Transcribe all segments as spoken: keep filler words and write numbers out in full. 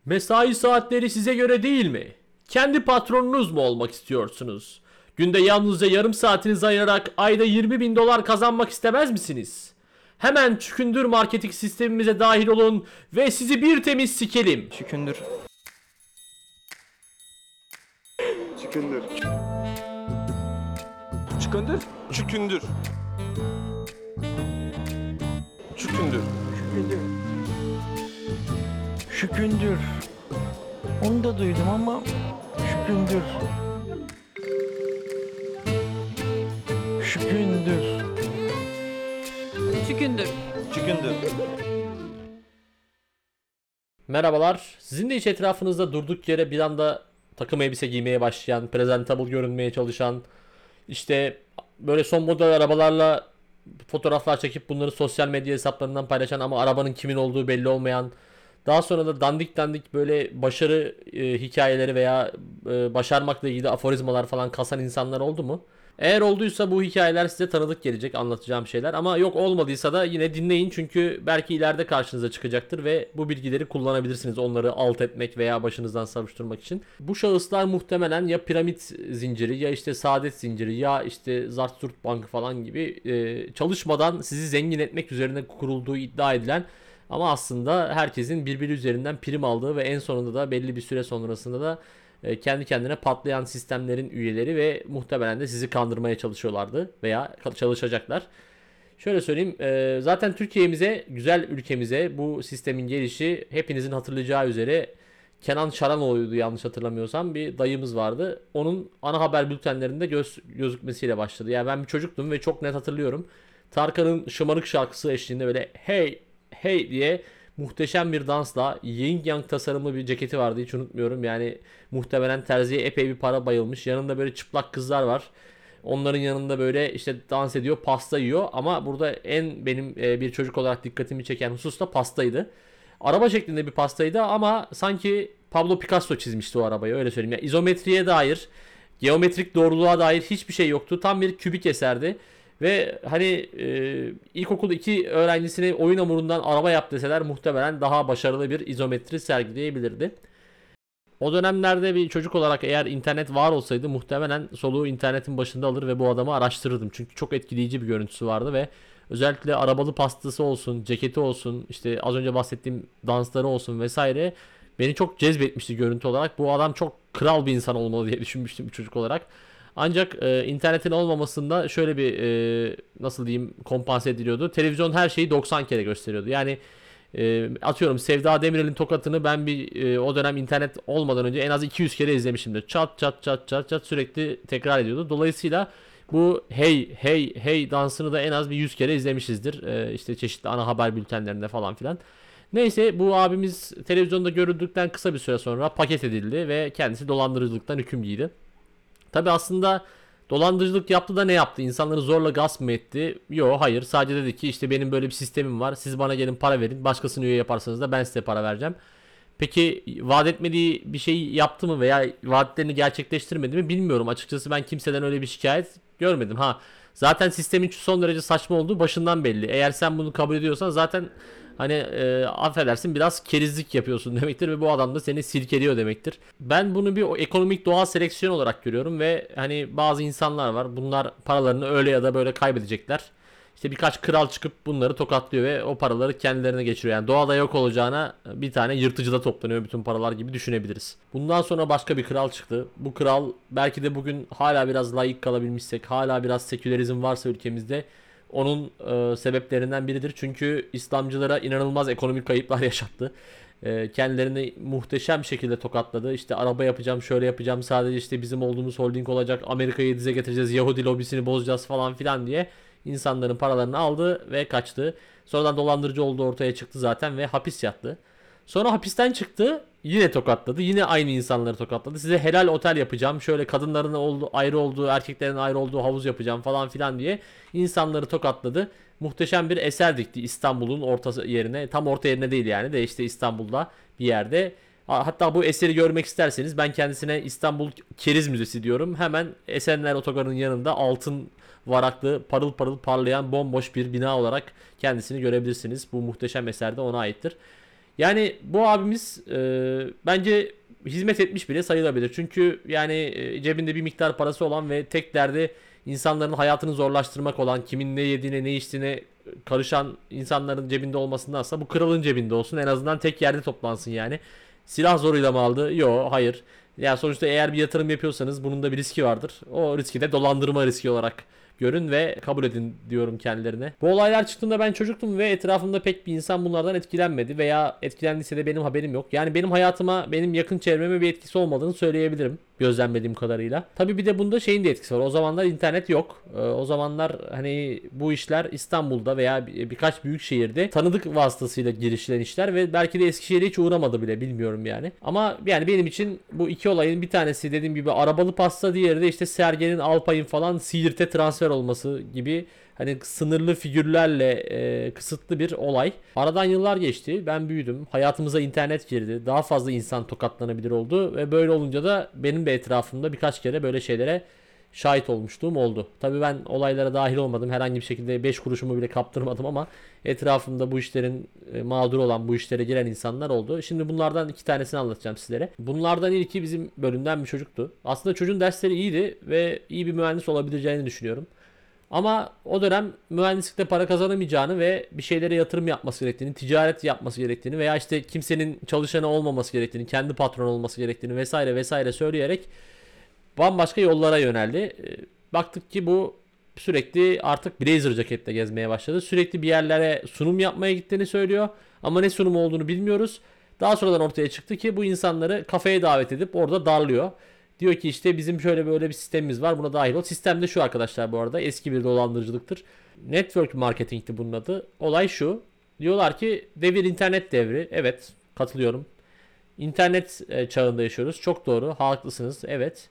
Mesai saatleri size göre değil mi? Kendi patronunuz mu olmak istiyorsunuz? Günde yalnızca yarım saatinizi ayırarak ayda yirmi bin dolar kazanmak istemez misiniz? Hemen Çükündür marketing sistemimize dahil olun ve sizi bir temiz sikelim. Şükündür. Çıkındır. Çıkındır. Çükündür. Çükündür. Şükündür. Onu da duydum ama şükündür. Şükündür. Çükündür. Çükündür. Merhabalar. Sizin de hiç etrafınızda durduk yere bir anda takım elbise giymeye başlayan, presentable görünmeye çalışan, işte böyle son model arabalarla fotoğraflar çekip bunları sosyal medya hesaplarından paylaşan ama arabanın kimin olduğu belli olmayan, daha sonra da dandik dandik böyle başarı e, hikayeleri veya e, başarmakla ilgili aforizmalar falan kasan insanlar oldu mu? Eğer olduysa bu hikayeler size tanıdık gelecek, anlatacağım şeyler, ama yok olmadıysa da yine dinleyin, çünkü belki ileride karşınıza çıkacaktır ve bu bilgileri kullanabilirsiniz onları alt etmek veya başınızdan savuşturmak için. Bu şahıslar muhtemelen ya piramit zinciri, ya işte saadet zinciri, ya işte Zart Zurt Bank falan gibi e, çalışmadan sizi zengin etmek üzerine kurulduğu iddia edilen ama aslında herkesin birbiri üzerinden prim aldığı ve en sonunda da belli bir süre sonrasında da kendi kendine patlayan sistemlerin üyeleri ve muhtemelen de sizi kandırmaya çalışıyorlardı veya çalışacaklar. Şöyle söyleyeyim, zaten Türkiye'mize, güzel ülkemize bu sistemin gelişi hepinizin hatırlayacağı üzere Kenan Şaranoğlu'ydu yanlış hatırlamıyorsam, bir dayımız vardı. Onun ana haber bültenlerinde göz, gözükmesiyle başladı. Yani ben bir çocuktum ve çok net hatırlıyorum. Tarkan'ın Şımarık şarkısı eşliğinde böyle hey hey diye muhteşem bir dansla Yin Yang tasarımlı bir ceketi vardı, hiç unutmuyorum. Yani muhtemelen terziye epey bir para bayılmış. Yanında böyle çıplak kızlar var. Onların yanında böyle işte dans ediyor, pasta yiyor, ama burada en benim e, bir çocuk olarak dikkatimi çeken husus da pastaydı. Araba şeklinde bir pastaydı ama sanki Pablo Picasso çizmişti o arabayı, öyle söyleyeyim. Yani izometriye dair, geometrik doğruluğa dair hiçbir şey yoktu. Tam bir kübik eserdi. Ve hani e, ilkokul iki öğrencisine oyun hamurundan araba yap deseler muhtemelen daha başarılı bir izometri sergileyebilirdi. O dönemlerde bir çocuk olarak eğer internet var olsaydı muhtemelen soluğu internetin başında alır ve bu adamı araştırırdım. Çünkü çok etkileyici bir görüntüsü vardı ve özellikle arabalı pastası olsun, ceketi olsun, işte az önce bahsettiğim dansları olsun vesaire beni çok cezbetmişti görüntü olarak. Bu adam çok kral bir insan olmalı diye düşünmüştüm bir çocuk olarak. Ancak e, internetin olmamasında şöyle bir e, nasıl diyeyim kompanse ediliyordu. Televizyon her şeyi doksan kere gösteriyordu. Yani e, atıyorum Sevda Demirel'in tokatını ben bir e, o dönem internet olmadan önce en az iki yüz kere izlemişimdir. Çat çat çat çat çat sürekli tekrar ediyordu. Dolayısıyla bu hey hey hey dansını da en az bir yüz kere izlemişizdir. E, işte çeşitli ana haber bültenlerinde falan filan. Neyse, bu abimiz televizyonda görüldükten kısa bir süre sonra paket edildi ve kendisi dolandırıcılıktan hüküm giydi. Tabi aslında dolandırıcılık yaptı da ne yaptı? İnsanları zorla gasp mı etti? Yok, hayır. Sadece dedi ki işte benim böyle bir sistemim var. Siz bana gelin para verin. Başkasını üye yaparsanız da ben size para vereceğim. Peki vaat etmediği bir şey yaptı mı veya vaatlerini gerçekleştirmedi mi bilmiyorum. Açıkçası ben kimseden öyle bir şikayet görmedim. Ha, zaten sistemin son derece saçma olduğu başından belli. Eğer sen bunu kabul ediyorsan zaten hani e, affedersin biraz kerizlik yapıyorsun demektir ve bu adam da seni silkeliyor demektir. Ben bunu bir ekonomik doğal seleksiyon olarak görüyorum ve hani bazı insanlar var, bunlar paralarını öyle ya da böyle kaybedecekler. İşte birkaç kral çıkıp bunları tokatlıyor ve o paraları kendilerine geçiriyor. Yani doğada yok olacağına bir tane yırtıcıda toplanıyor bütün paralar gibi düşünebiliriz. Bundan sonra başka bir kral çıktı. Bu kral belki de bugün hala biraz layık kalabilmişsek, hala biraz sekülerizm varsa ülkemizde onun e, sebeplerinden biridir. Çünkü İslamcılara inanılmaz ekonomik kayıplar yaşattı. E, kendilerini muhteşem şekilde tokatladı. İşte araba yapacağım, şöyle yapacağım, sadece işte bizim olduğumuz holding olacak, Amerika'yı dize getireceğiz, Yahudi lobisini bozacağız falan filan diye insanların paralarını aldı ve kaçtı. Sonradan dolandırıcı olduğu ortaya çıktı zaten ve hapis yattı. Sonra hapisten çıktı, yine tokatladı. Yine aynı insanları tokatladı. Size helal otel yapacağım, şöyle kadınların olduğu, ayrı olduğu, erkeklerin ayrı olduğu havuz yapacağım falan filan diye insanları tokatladı. Muhteşem bir eser dikti İstanbul'un ortası yerine. Tam orta yerine değil yani de işte İstanbul'da bir yerde. Hatta bu eseri görmek isterseniz ben kendisine İstanbul Keriz Müzesi diyorum. Hemen Esenler Otogarı'nın yanında altın varaklı, parıl parıl parlayan bomboş bir bina olarak kendisini görebilirsiniz. Bu muhteşem eser de ona aittir. Yani bu abimiz e, bence hizmet etmiş bile sayılabilir. Çünkü yani e, cebinde bir miktar parası olan ve tek derdi insanların hayatını zorlaştırmak olan, kimin ne yediğine ne içtiğine karışan insanların cebinde olmasındansa bu kralın cebinde olsun. En azından tek yerde toplansın yani. Silah zoruyla mı aldı? Yok, hayır. Yani sonuçta eğer bir yatırım yapıyorsanız bunun da bir riski vardır. O riski de dolandırma riski olarak görün ve kabul edin diyorum kendilerine. Bu olaylar çıktığında ben çocuktum ve etrafımda pek bir insan bunlardan etkilenmedi veya etkilendiyse de benim haberim yok. Yani benim hayatıma, benim yakın çevreme bir etkisi olmadığını söyleyebilirim gözlemlediğim kadarıyla. Tabii bir de bunda şeyin de etkisi var. O zamanlar internet yok. Ee, o zamanlar hani bu işler İstanbul'da veya bir, birkaç büyük şehirde tanıdık vasıtasıyla girişilen işler ve belki de Eskişehir'e hiç uğramadı bile, bilmiyorum yani. Ama yani benim için bu iki olayın bir tanesi dediğim gibi arabalı pasta, diğeri de işte Sergen'in, Alpay'ın falan Siirt'e transfer olması gibi hani sınırlı figürlerle e, kısıtlı bir olay. Aradan yıllar geçti. Ben büyüdüm. Hayatımıza internet girdi. Daha fazla insan tokatlanabilir oldu ve böyle olunca da benim de etrafımda birkaç kere böyle şeylere şahit olmuşluğum oldu. Tabii ben olaylara dahil olmadım. Herhangi bir şekilde beş kuruşumu bile kaptırmadım ama etrafımda bu işlerin e, mağdur olan, bu işlere giren insanlar oldu. Şimdi bunlardan iki tanesini anlatacağım sizlere. Bunlardan ilki bizim bölümden bir çocuktu. Aslında çocuğun dersleri iyiydi ve iyi bir mühendis olabileceğini düşünüyorum. Ama o dönem mühendislikte para kazanamayacağını ve bir şeylere yatırım yapması gerektiğini, ticaret yapması gerektiğini veya işte kimsenin çalışanı olmaması gerektiğini, kendi patron olması gerektiğini vesaire vesaire söyleyerek bambaşka yollara yöneldi. Baktık ki bu sürekli artık blazer ceketle gezmeye başladı. Sürekli bir yerlere sunum yapmaya gittiğini söylüyor. Ama ne sunum olduğunu bilmiyoruz. Daha sonradan ortaya çıktı ki bu insanları kafeye davet edip orada darlıyor. Diyor ki işte bizim şöyle böyle bir sistemimiz var, buna dahil ol. Sistemde şu arkadaşlar, bu arada eski bir dolandırıcılıktır. Network marketing'ti bunun adı. Olay şu. Diyorlar ki devir internet devri. Evet, katılıyorum. İnternet çağında yaşıyoruz. Çok doğru. Haklısınız. Evet.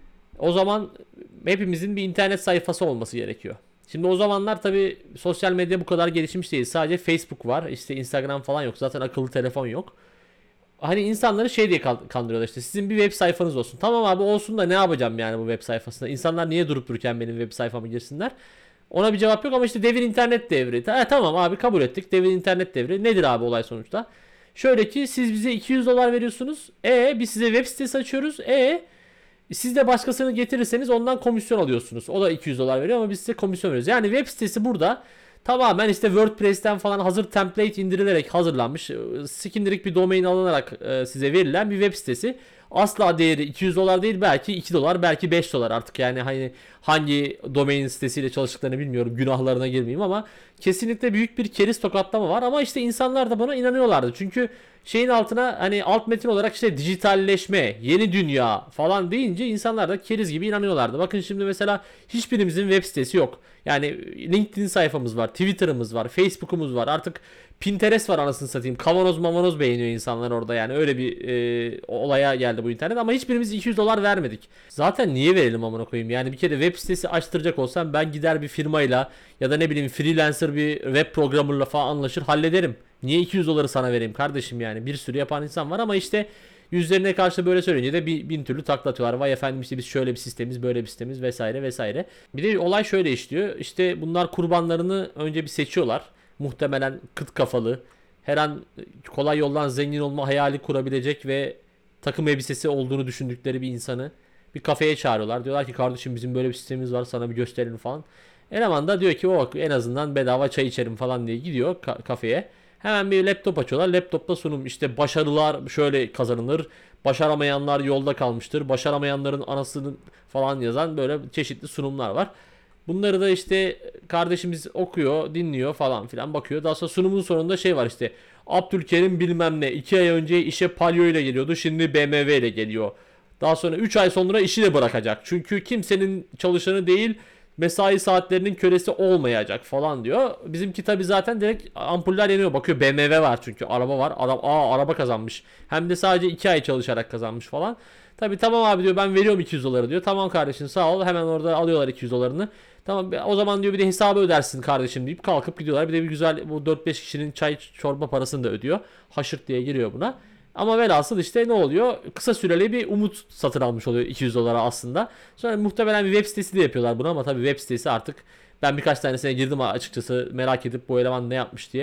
O zaman hepimizin bir internet sayfası olması gerekiyor. Şimdi o zamanlar tabi sosyal medya bu kadar gelişmiş değil. Sadece Facebook var. İşte Instagram falan yok. Zaten akıllı telefon yok. Hani insanları şey diye kandırıyorlar, işte sizin bir web sayfanız olsun. Tamam abi, olsun da ne yapacağım yani bu web sayfasında? İnsanlar niye durup dururken benim web sayfama girsinler? Ona bir cevap yok ama işte devir internet devri. Ha, tamam abi, kabul ettik, devir internet devri. Nedir abi olay sonuçta? Şöyle ki siz bize iki yüz dolar veriyorsunuz. E biz size web sitesi açıyoruz. E siz de başkasını getirirseniz ondan komisyon alıyorsunuz. O da iki yüz dolar veriyor ama biz size komisyon veriyoruz. Yani web sitesi burada tamamen işte WordPress'ten falan hazır template indirilerek hazırlanmış, skindirik bir domain alınarak e, size verilen bir web sitesi. Asla değeri iki yüz dolar değil, belki iki dolar, belki beş dolar, artık yani hani hangi domain sitesiyle çalıştıklarını bilmiyorum, günahlarına girmeyeyim ama kesinlikle büyük bir keriz tokatlama var. Ama işte insanlar da bana inanıyorlardı. Çünkü şeyin altına hani alt metin olarak işte dijitalleşme, yeni dünya falan deyince insanlar da keriz gibi inanıyorlardı. Bakın şimdi mesela hiçbirimizin web sitesi yok. Yani LinkedIn sayfamız var, Twitter'ımız var, Facebook'umuz var. Artık Pinterest var, anasını satayım. Kavanoz mamanoz beğeniyor insanlar orada, yani öyle bir e, olaya geldi bu internet. Ama hiçbirimiz iki yüz dolar vermedik. Zaten niye verelim amına koyayım? Yani bir kere web sitesi açtıracak olsam ben gider bir firmayla ya da ne bileyim freelancer bir web programmerla falan anlaşır hallederim. Niye iki yüz doları sana vereyim kardeşim yani? Bir sürü yapan insan var ama işte yüzlerine karşı böyle söyleyince de bir, bin türlü takla atıyorlar. Vay efendim işte biz şöyle bir sistemiz, böyle bir sistemiz vesaire vesaire. Bir de olay şöyle işliyor. İşte bunlar kurbanlarını önce bir seçiyorlar. Muhtemelen kıt kafalı, her an kolay yoldan zengin olma hayali kurabilecek ve takım elbisesi olduğunu düşündükleri bir insanı bir kafeye çağırıyorlar. Diyorlar ki kardeşim bizim böyle bir sistemimiz var, sana bir gösterelim falan. Eleman da diyor ki o en azından bedava çay içerim falan diye gidiyor ka- kafeye. Hemen bir laptop açıyorlar. Laptopta sunum, işte başarılar şöyle kazanılır, başaramayanlar yolda kalmıştır, başaramayanların anasının falan yazan böyle çeşitli sunumlar var. Bunları da işte kardeşimiz okuyor, dinliyor falan filan, bakıyor. Daha sonra sunumun sonunda şey var işte. Abdülkerim bilmem ne iki ay önce işe Palio ile geliyordu, şimdi B M W ile geliyor. Daha sonra üç ay sonra işi de bırakacak. Çünkü kimsenin çalışanı değil, mesai saatlerinin kölesi olmayacak falan diyor. Bizimki tabi zaten direkt ampuller yanıyor. Bakıyor B M W var, çünkü araba var. Adam aa araba kazanmış. Hem de sadece iki ay çalışarak kazanmış falan. Tabi tamam abi diyor, ben veriyorum iki yüz doları diyor. Tamam kardeşim sağ ol. Hemen orada alıyorlar iki yüz dolarını. Tamam o zaman diyor bir de hesabı ödersin kardeşim deyip kalkıp gidiyorlar. Bir de bir güzel bu dört beş kişinin çay çorba parasını da ödüyor. Haşırt diye giriyor buna. Ama velhasıl işte ne oluyor? Kısa süreli bir umut satın almış oluyor iki yüz dolara aslında. Sonra muhtemelen bir web sitesi de yapıyorlar bunu ama tabii web sitesi artık ben birkaç tanesine girdim açıkçası, merak edip bu eleman ne yapmış diye.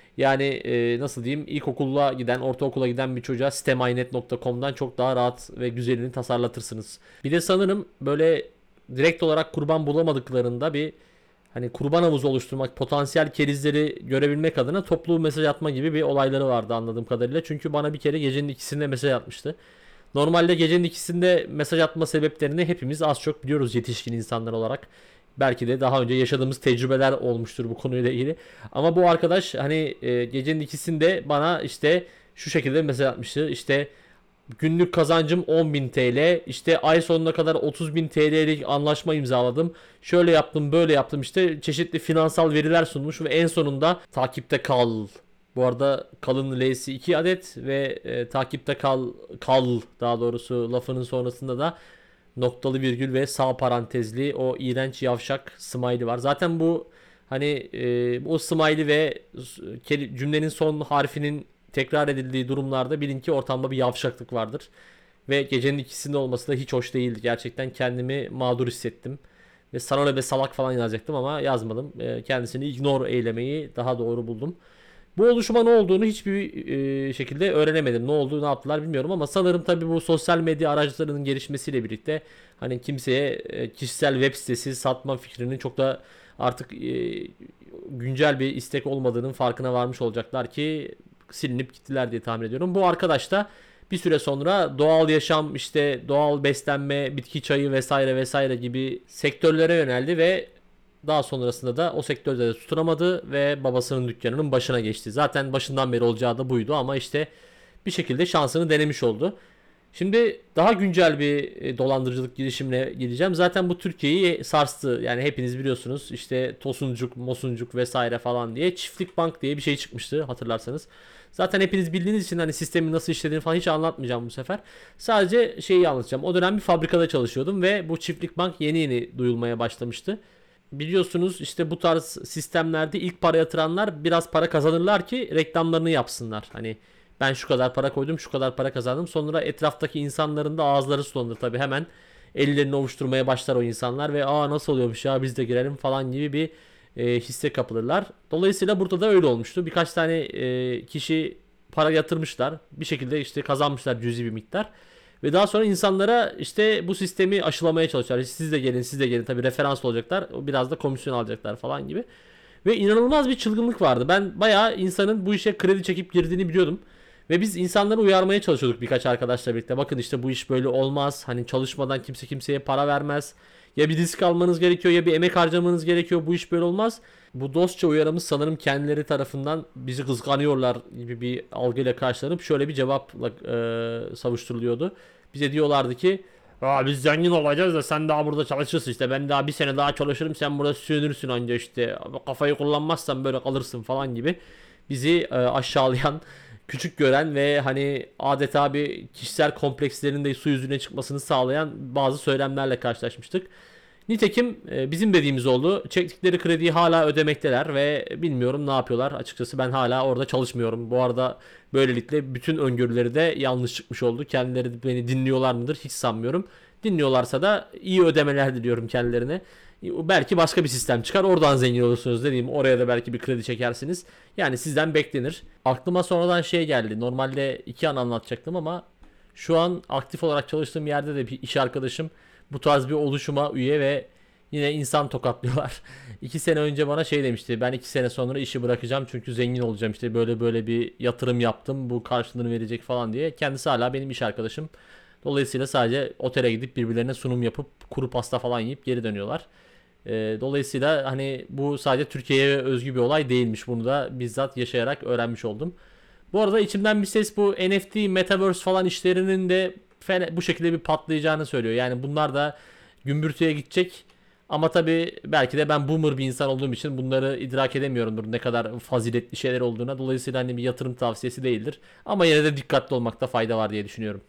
Yani e, nasıl diyeyim, ilkokula giden, ortaokula giden bir çocuğa sistemainet nokta com'dan çok daha rahat ve güzelini tasarlatırsınız. Bir de sanırım böyle direkt olarak kurban bulamadıklarında bir hani kurban havuzu oluşturmak, potansiyel kerizleri görebilmek adına toplu mesaj atma gibi bir olayları vardı anladığım kadarıyla. Çünkü bana bir kere gecenin ikisinde mesaj atmıştı. Normalde gecenin ikisinde mesaj atma sebeplerini hepimiz az çok biliyoruz yetişkin insanlar olarak. Belki de daha önce yaşadığımız tecrübeler olmuştur bu konuyla ilgili. Ama bu arkadaş hani e, gecenin ikisinde bana işte şu şekilde mesaj atmıştı. İşte günlük kazancım on bin T L. İşte ay sonuna kadar otuz bin T L'lik anlaşma imzaladım. Şöyle yaptım, böyle yaptım. İşte çeşitli finansal veriler sunmuş ve en sonunda takipte kal. Bu arada kalın L'si iki adet ve e, takipte kal kal daha doğrusu lafının sonrasında da noktalı virgül ve sağ parantezli o iğrenç yavşak smiley var. Zaten bu hani e, o smiley ve keli- cümlenin son harfinin tekrar edildiği durumlarda bilin ki ortamda bir yavşaklık vardır. Ve gecenin ikisinde olması da hiç hoş değildi. Gerçekten kendimi mağdur hissettim. Ve sana ne be salak falan yazacaktım ama yazmadım. E, kendisini ignore eylemeyi daha doğru buldum. Bu oluşuma ne olduğunu hiçbir e, şekilde öğrenemedim. Ne oldu, ne yaptılar bilmiyorum ama sanırım tabii bu sosyal medya araçlarının gelişmesiyle birlikte hani kimseye e, kişisel web sitesi satma fikrinin çok da artık e, güncel bir istek olmadığının farkına varmış olacaklar ki silinip gittiler diye tahmin ediyorum. Bu arkadaş da bir süre sonra doğal yaşam, işte doğal beslenme, bitki çayı vesaire vesaire gibi sektörlere yöneldi ve daha sonrasında da o sektörde de tutunamadı ve babasının dükkanının başına geçti. Zaten başından beri olacağı da buydu ama işte bir şekilde şansını denemiş oldu. Şimdi daha güncel bir e, dolandırıcılık girişimine gideceğim. Zaten bu Türkiye'yi sarstı. Yani hepiniz biliyorsunuz işte Tosuncuk, Mosuncuk vesaire falan diye Çiftlik Bank diye bir şey çıkmıştı hatırlarsanız. Zaten hepiniz bildiğiniz için hani sistemin nasıl işlediğini falan hiç anlatmayacağım bu sefer. Sadece şeyi anlatacağım. O dönem bir fabrikada çalışıyordum ve bu Çiftlik Bank yeni yeni duyulmaya başlamıştı. Biliyorsunuz işte bu tarz sistemlerde ilk para yatıranlar biraz para kazanırlar ki reklamlarını yapsınlar. Hani ben şu kadar para koydum, şu kadar para kazandım. Sonra etraftaki insanların da ağızları sulanır tabii, hemen ellerini ovuşturmaya başlar o insanlar ve aa nasıl oluyormuş ya biz de girelim falan gibi bir e, hisse kapılırlar. Dolayısıyla burada da öyle olmuştu. Birkaç tane e, kişi para yatırmışlar. Bir şekilde işte kazanmışlar cüzi bir miktar. Ve daha sonra insanlara işte bu sistemi aşılamaya çalışıyorlar. Siz de gelin, siz de gelin. Tabii referans olacaklar. Biraz da komisyon alacaklar falan gibi. Ve inanılmaz bir çılgınlık vardı. Ben bayağı insanın bu işe kredi çekip girdiğini biliyordum. Ve biz insanları uyarmaya çalışıyorduk birkaç arkadaşla birlikte. Bakın işte bu iş böyle olmaz. Hani çalışmadan kimse kimseye para vermez. Ya bir risk almanız gerekiyor ya bir emek harcamanız gerekiyor. Bu iş böyle olmaz. Bu dostça uyarımız sanırım kendileri tarafından bizi kıskanıyorlar gibi bir algıyla karşılanıp şöyle bir cevapla e, savuşturuluyordu. Bize diyorlardı ki aa, biz zengin olacağız da sen daha burada çalışırsın, işte ben daha bir sene daha çalışırım, sen burada sürünürsün anca, işte kafayı kullanmazsan böyle kalırsın falan gibi bizi e, aşağılayan, küçük gören ve hani adeta bir kişisel komplekslerin de su yüzüne çıkmasını sağlayan bazı söylemlerle karşılaşmıştık. Nitekim e, bizim dediğimiz oldu. Çektikleri krediyi hala ödemekteler ve bilmiyorum ne yapıyorlar. Açıkçası ben hala orada çalışmıyorum. Bu arada böylelikle bütün öngörüleri de yanlış çıkmış oldu. Kendileri beni dinliyorlar mıdır hiç sanmıyorum. Dinliyorlarsa da iyi ödemeler diliyorum kendilerine. Belki başka bir sistem çıkar. Oradan zengin olursunuz dediğim. Oraya da belki bir kredi çekersiniz. Yani sizden beklenir. Aklıma sonradan şey geldi. Normalde iki an anlatacaktım ama şu an aktif olarak çalıştığım yerde de bir iş arkadaşım bu tarz bir oluşuma üye ve yine insan tokatlıyorlar. iki sene önce bana şey demişti. Ben iki sene sonra işi bırakacağım çünkü zengin olacağım. İşte böyle böyle bir yatırım yaptım. Bu karşılığını verecek falan diye. Kendisi hala benim iş arkadaşım. Dolayısıyla sadece otele gidip birbirlerine sunum yapıp kuru pasta falan yiyip geri dönüyorlar. Ee, dolayısıyla hani bu sadece Türkiye'ye özgü bir olay değilmiş. Bunu da bizzat yaşayarak öğrenmiş oldum. Bu arada içimden bir ses bu N F T, Metaverse falan işlerinin de bu şekilde bir patlayacağını söylüyor. Yani bunlar da gümbürtüye gidecek. Ama tabii belki de ben boomer bir insan olduğum için bunları idrak edemiyorumdur ne kadar faziletli şeyler olduğuna. Dolayısıyla hani bir yatırım tavsiyesi değildir. Ama yine de dikkatli olmakta fayda var diye düşünüyorum.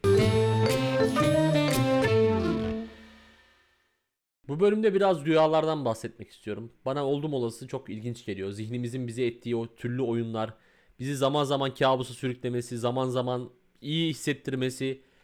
Bu bölümde biraz rüyalardan bahsetmek istiyorum. Bana oldum olası çok ilginç geliyor. Zihnimizin bize ettiği o türlü oyunlar, bizi zaman zaman kabusa sürüklemesi, zaman zaman iyi hissettirmesi,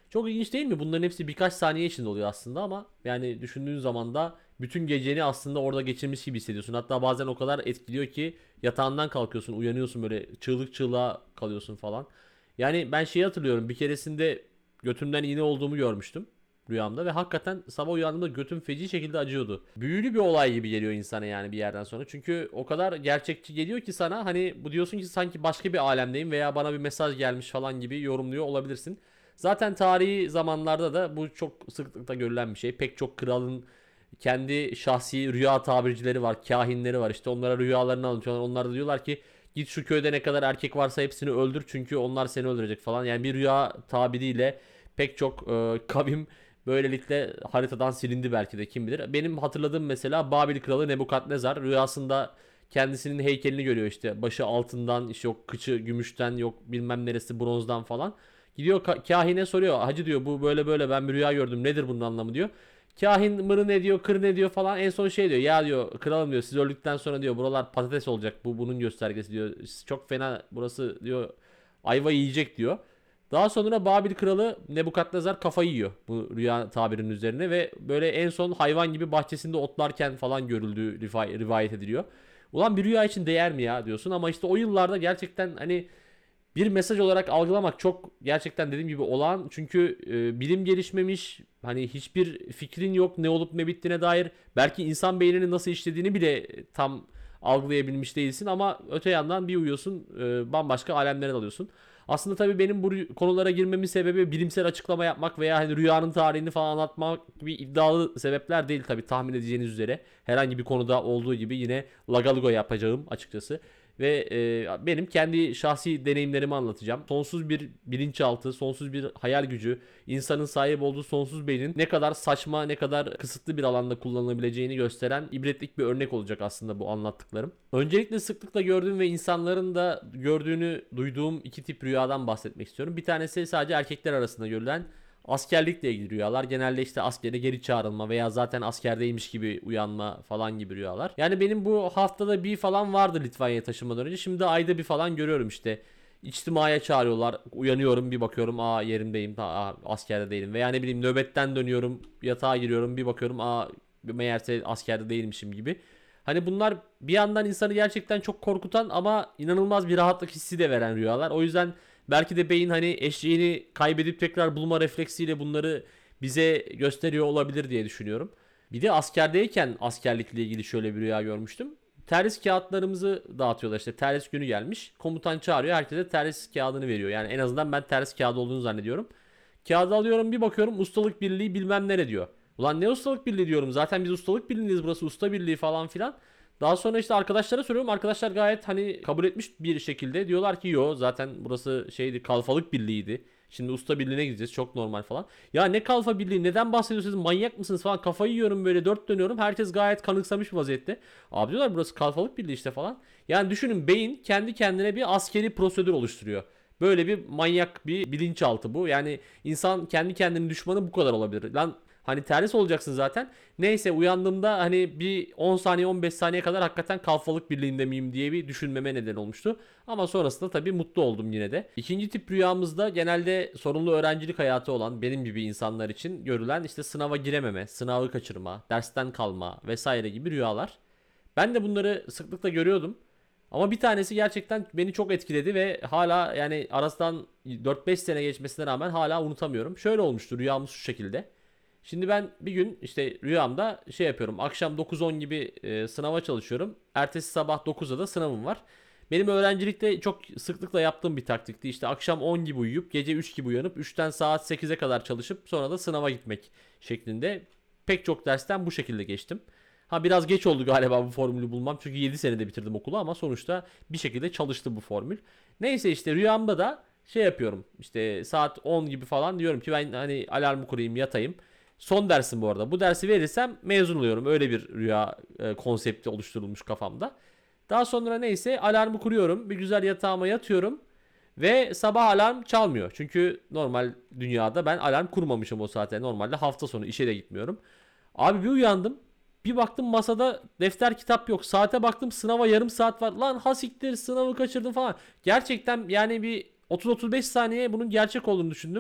Çok ilginç değil mi? Bunların hepsi birkaç saniye içinde oluyor aslında ama yani düşündüğün zaman da bütün geceni aslında orada geçirmiş gibi hissediyorsun. Hatta bazen o kadar etkiliyor ki yatağından kalkıyorsun, uyanıyorsun böyle çığlık çığlığa kalıyorsun falan. Yani ben şeyi hatırlıyorum. Bir keresinde götümden iğne olduğumu görmüştüm rüyamda ve hakikaten sabah uyandığımda götüm feci şekilde acıyordu. Büyülü bir olay gibi geliyor insana yani bir yerden sonra. Çünkü o kadar gerçekçi geliyor ki sana, hani bu diyorsun ki sanki başka bir alemdeyim veya bana bir mesaj gelmiş falan gibi yorumluyor olabilirsin. Zaten tarihi zamanlarda da bu çok sıklıkla görülen bir şey. Pek çok kralın kendi şahsi rüya tabircileri var, kahinleri var. İşte onlara rüyalarını anlatıyorlar. Onlar da diyorlar ki git şu köyde ne kadar erkek varsa hepsini öldür çünkü onlar seni öldürecek falan. Yani bir rüya tabiriyle pek çok e, kavim böylelikle haritadan silindi belki de, kim bilir. Benim hatırladığım mesela Babil kralı Nebukadnezar rüyasında kendisinin heykelini görüyor işte. Başı altından, işte yok kıçı gümüşten, yok bilmem neresi bronzdan falan. Gidiyor kahine soruyor. Hacı diyor bu böyle böyle ben bir rüya gördüm. Nedir bunun anlamı diyor. Kahin mırı ne diyor, kır ne diyor falan. En son şey diyor. Ya diyor kralım diyor siz öldükten sonra diyor buralar patates olacak. Bu bunun göstergesi diyor. Çok fena burası diyor. Ayva yiyecek diyor. Daha sonra Babil kralı Nebukadnezar kafayı yiyor bu rüya tabirinin üzerine ve böyle en son hayvan gibi bahçesinde otlarken falan görüldüğü rivayet ediliyor. Ulan bir rüya için değer mi ya diyorsun ama işte o yıllarda gerçekten hani bir mesaj olarak algılamak çok gerçekten dediğim gibi olağan. Çünkü e, bilim gelişmemiş. Hani hiçbir fikrin yok ne olup ne bittiğine dair. Belki insan beyninin nasıl işlediğini bile tam algılayabilmiş değilsin ama öte yandan bir uyuyorsun e, bambaşka alemlere dalıyorsun. Aslında tabii benim bu konulara girmemin sebebi bilimsel açıklama yapmak veya hani rüyanın tarihini falan anlatmak gibi iddialı sebepler değil tabii, tahmin edeceğiniz üzere. Herhangi bir konuda olduğu gibi yine lagalugo yapacağım açıkçası. Ve e, benim kendi şahsi deneyimlerimi anlatacağım. Sonsuz bir bilinçaltı, sonsuz bir hayal gücü, insanın sahip olduğu sonsuz beynin ne kadar saçma, ne kadar kısıtlı bir alanda kullanılabileceğini gösteren ibretlik bir örnek olacak aslında bu anlattıklarım. Öncelikle sıklıkla gördüğüm ve insanların da gördüğünü duyduğum iki tip rüyadan bahsetmek istiyorum. Bir tanesi sadece erkekler arasında görülen askerlikle ilgili rüyalar. Genelde işte askere geri çağrılma veya zaten askerdeymiş gibi uyanma falan gibi rüyalar. Yani benim bu haftada bir falan vardı Litvanya'ya taşınmadan önce. Şimdi ayda bir falan görüyorum işte. İçtimaya çağırıyorlar. Uyanıyorum bir bakıyorum aa yerimdeyim. Aa, askerde değilim. Veya ne bileyim nöbetten dönüyorum. Yatağa giriyorum bir bakıyorum aa meğerse askerde değilmişim gibi. Hani bunlar bir yandan insanı gerçekten çok korkutan ama inanılmaz bir rahatlık hissi de veren rüyalar. O yüzden belki de beyin hani eşeğini kaybedip tekrar bulma refleksiyle bunları bize gösteriyor olabilir diye düşünüyorum. Bir de askerdeyken askerlikle ilgili şöyle bir rüya görmüştüm. Terhis kağıtlarımızı dağıtıyorlar, işte terhis günü gelmiş. Komutan çağırıyor, herkese terhis kağıdını veriyor. Yani en azından ben terhis kağıdı olduğunu zannediyorum. Kağıdı alıyorum bir bakıyorum ustalık birliği bilmem nere diyor. Ulan ne ustalık birliği diyorum, zaten biz ustalık birliğiyiz, burası usta birliği falan filan. Daha sonra işte arkadaşlara soruyorum. Arkadaşlar gayet hani kabul etmiş bir şekilde. Diyorlar ki yo zaten burası şeydi, kalfalık birliğiydi. Şimdi usta birliğine gideceğiz, çok normal falan. Ya ne kalfa birliği, neden bahsediyorsunuz, manyak mısınız falan, kafayı yiyorum böyle, dört dönüyorum. Herkes gayet kanıksamış vaziyette. Abi diyorlar burası kalfalık birliği işte falan. Yani düşünün beyin kendi kendine bir askeri prosedür oluşturuyor. Böyle bir manyak bir bilinçaltı bu. Yani insan kendi kendinin düşmanı bu kadar olabilir. Lan hani terhis olacaksın zaten. Neyse uyandığımda hani bir on saniye on beş saniye kadar hakikaten kalfalık birliğinde miyim diye bir düşünmeme neden olmuştu. Ama sonrasında tabii mutlu oldum yine de. İkinci tip rüyamızda genelde sorunlu öğrencilik hayatı olan benim gibi insanlar için görülen işte sınava girememe, sınavı kaçırma, dersten kalma vesaire gibi rüyalar. Ben de bunları sıklıkla görüyordum. Ama bir tanesi gerçekten beni çok etkiledi ve hala yani arasından dört beş sene geçmesine rağmen hala unutamıyorum. Şöyle olmuştu rüyamız şu şekilde. Şimdi ben bir gün işte rüyamda şey yapıyorum. Akşam dokuz on gibi e, sınava çalışıyorum. Ertesi sabah dokuzda da sınavım var. Benim öğrencilikte çok sıklıkla yaptığım bir taktikti. İşte akşam on gibi uyuyup gece üç gibi uyanıp üçten saat sekize kadar çalışıp sonra da sınava gitmek şeklinde. Pek çok dersten bu şekilde geçtim. Ha biraz geç oldu galiba bu formülü bulmam. Çünkü yedi senede bitirdim okulu ama sonuçta bir şekilde çalıştı bu formül. Neyse işte rüyamda da şey yapıyorum. İşte saat on gibi falan diyorum ki ben hani alarmı kurayım yatayım. Son dersim bu arada. Bu dersi verirsem mezun oluyorum. Öyle bir rüya e, konsepti oluşturulmuş kafamda. Daha sonra neyse alarmı kuruyorum. Bir güzel yatağıma yatıyorum. Ve sabah alarm çalmıyor. Çünkü normal dünyada ben alarm kurmamışım o saate. Normalde hafta sonu işe de gitmiyorum. Abi bir uyandım. Bir baktım masada defter kitap yok. Saate baktım sınava yarım saat var. Lan hasiktir sınavı kaçırdım falan. Gerçekten yani bir otuz otuz beş saniye bunun gerçek olduğunu düşündüm.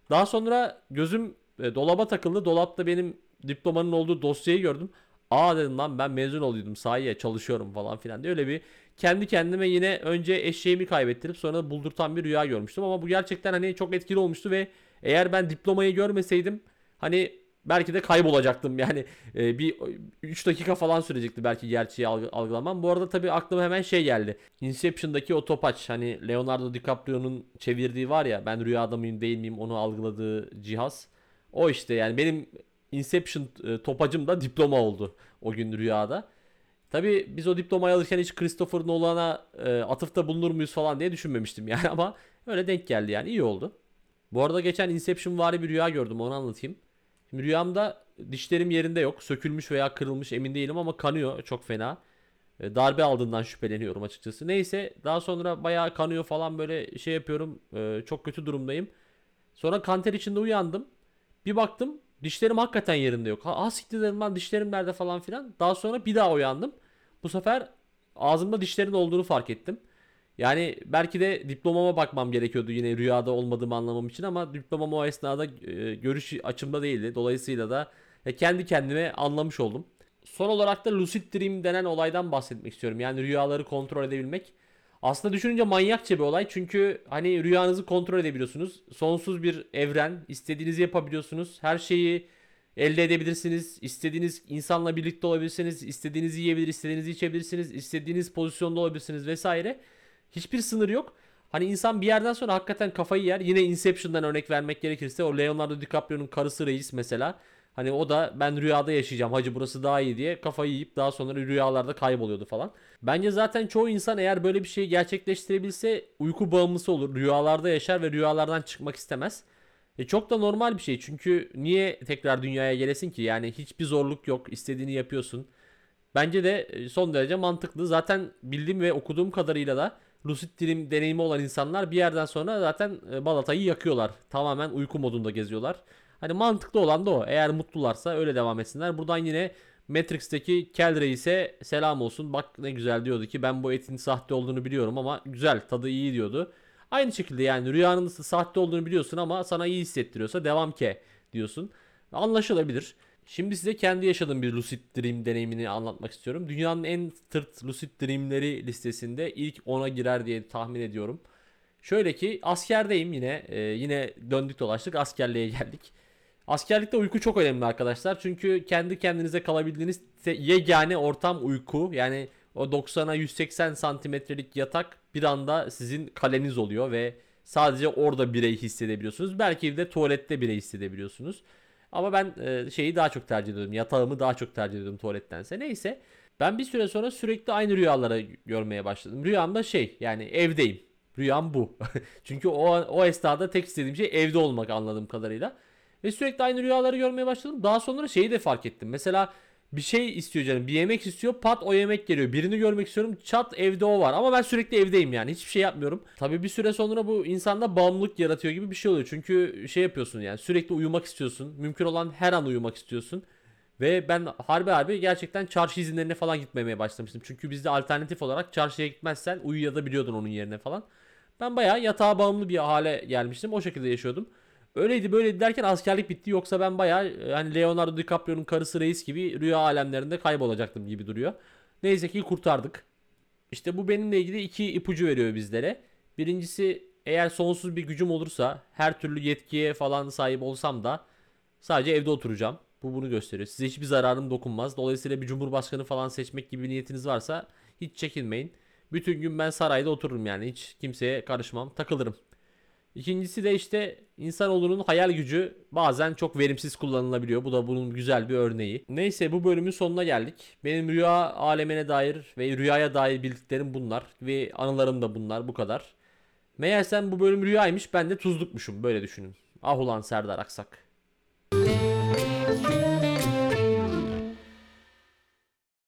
Daha sonra gözüm e, dolaba takıldı. Dolapta benim diplomanın olduğu dosyayı gördüm. Aa dedim lan ben mezun oluyordum sahiye çalışıyorum falan filan diye öyle bir kendi kendime yine önce eşeğimi kaybettirip sonra da buldurtan bir rüya görmüştüm. Ama bu gerçekten hani çok etkili olmuştu ve eğer ben diplomayı görmeseydim hani belki de kaybolacaktım yani e, bir üç dakika falan sürecekti belki gerçeği algı- algılamam. Bu arada tabii aklıma hemen şey geldi. Inception'daki o topaç hani Leonardo DiCaprio'nun çevirdiği var ya ben rüyada mıyım değil miyim onu algıladığı cihaz. O işte yani benim Inception e, topacım da diploma oldu o gün rüyada. Tabii biz o diplomayı alırken hiç Christopher Nolan'a e, atıfta bulunur muyuz falan diye düşünmemiştim yani ama öyle denk geldi yani iyi oldu. Bu arada geçen Inception vari bir rüya gördüm onu anlatayım. Şimdi rüyamda dişlerim yerinde yok. Sökülmüş veya kırılmış emin değilim ama kanıyor çok fena. E, darbe aldığından şüpheleniyorum açıkçası. Neyse daha sonra bayağı kanıyor falan böyle şey yapıyorum. E, çok kötü durumdayım. Sonra kanter içinde uyandım. Bir baktım dişlerim hakikaten yerinde yok. Ha, ah siktir dedim lan dişlerim nerede falan filan. Daha sonra bir daha uyandım. Bu sefer ağzımda dişlerin olduğunu fark ettim. Yani belki de diplomama bakmam gerekiyordu yine rüyada olmadığımı anlamam için ama diplomam o esnada e, görüş açımda değildi. Dolayısıyla da e, kendi kendime anlamış oldum. Son olarak da lucid dream denen olaydan bahsetmek istiyorum. Yani rüyaları kontrol edebilmek. Aslında düşününce manyakça bir olay. Çünkü hani rüyanızı kontrol edebiliyorsunuz. Sonsuz bir evren. İstediğinizi yapabiliyorsunuz. Her şeyi elde edebilirsiniz. İstediğiniz insanla birlikte olabilirsiniz. İstediğinizi yiyebilir, istediğinizi içebilirsiniz. İstediğiniz pozisyonda olabilirsiniz vesaire. Hiçbir sınır yok. Hani insan bir yerden sonra hakikaten kafayı yer. Yine Inception'dan örnek vermek gerekirse o Leonardo DiCaprio'nun karısı reis mesela. Hani o da ben rüyada yaşayacağım hacı burası daha iyi diye kafayı yiyip daha sonra rüyalarda kayboluyordu falan. Bence zaten çoğu insan eğer böyle bir şeyi gerçekleştirebilse uyku bağımlısı olur. Rüyalarda yaşar ve rüyalardan çıkmak istemez. E çok da normal bir şey çünkü niye tekrar dünyaya gelesin ki? Yani hiçbir zorluk yok, istediğini yapıyorsun. Bence de e, son derece mantıklı. Zaten bildiğim ve okuduğum kadarıyla da lucid dream deneyimi olan insanlar bir yerden sonra zaten e, balatayı yakıyorlar. Tamamen uyku modunda geziyorlar. Hani mantıklı olan da o. Eğer mutlularsa öyle devam etsinler. Buradan yine Matrix'teki Kel Reis'e selam olsun. Bak ne güzel diyordu ki ben bu etin sahte olduğunu biliyorum ama güzel tadı iyi diyordu. Aynı şekilde yani rüyanın sahte olduğunu biliyorsun ama sana iyi hissettiriyorsa devam ke diyorsun. Anlaşılabilir. Şimdi size kendi yaşadığım bir lucid dream deneyimini anlatmak istiyorum. Dünyanın en tırt lucid dreamleri listesinde ilk ona girer diye tahmin ediyorum. Şöyle ki askerdeyim yine. Ee, yine döndük dolaştık askerliğe geldik. Askerlikte uyku çok önemli arkadaşlar. Çünkü kendi kendinize kalabildiğiniz te- yegane ortam uyku. Yani o doksana yüz seksen santimetrelik yatak bir anda sizin kaleniz oluyor ve sadece orada birey hissedebiliyorsunuz. Belki de tuvalette birey hissedebiliyorsunuz. Ama ben e, şeyi daha çok tercih ediyorum. Yatağımı daha çok tercih ediyorum tuvalettense. Neyse. Ben bir süre sonra sürekli aynı rüyaları görmeye başladım. Rüyamda şey yani evdeyim. Rüyam bu. Çünkü o, o esnada tek istediğim şey evde olmak anladığım kadarıyla. Ve sürekli aynı rüyaları görmeye başladım. Daha sonra şeyi de fark ettim. Mesela bir şey istiyor canım. Bir yemek istiyor. Pat o yemek geliyor. Birini görmek istiyorum. Çat evde o var. Ama ben sürekli evdeyim yani. Hiçbir şey yapmıyorum. Tabii bir süre sonra bu insanda bağımlılık yaratıyor gibi bir şey oluyor. Çünkü şey yapıyorsun yani. Sürekli uyumak istiyorsun. Mümkün olan her an uyumak istiyorsun. Ve ben harbi harbi gerçekten çarşı izinlerine falan gitmemeye başlamıştım. Çünkü bizde alternatif olarak çarşıya gitmezsen uyuyabiliyordun onun yerine falan. Ben bayağı yatağa bağımlı bir hale gelmiştim. O şekilde yaşıyordum. Öyleydi böyleydi derken askerlik bitti. Yoksa ben bayağı hani Leonardo DiCaprio'nun karısı reis gibi rüya alemlerinde kaybolacaktım gibi duruyor. Neyse ki kurtardık. İşte bu benimle ilgili iki ipucu veriyor bizlere. Birincisi eğer sonsuz bir gücüm olursa her türlü yetkiye falan sahip olsam da sadece evde oturacağım. Bu bunu gösteriyor. Size hiçbir zararım dokunmaz. Dolayısıyla bir cumhurbaşkanı falan seçmek gibi bir niyetiniz varsa hiç çekinmeyin. Bütün gün ben sarayda otururum yani. Hiç kimseye karışmam. Takılırım. İkincisi de işte insanoğlunun hayal gücü bazen çok verimsiz kullanılabiliyor. Bu da bunun güzel bir örneği. Neyse bu bölümün sonuna geldik. Benim rüya alemine dair ve rüyaya dair bildiklerim bunlar. Ve anılarım da bunlar bu kadar. Meğersem bu bölüm rüyaymış ben de tuzlukmuşum böyle düşünün. Ah ulan Serdar Aksak.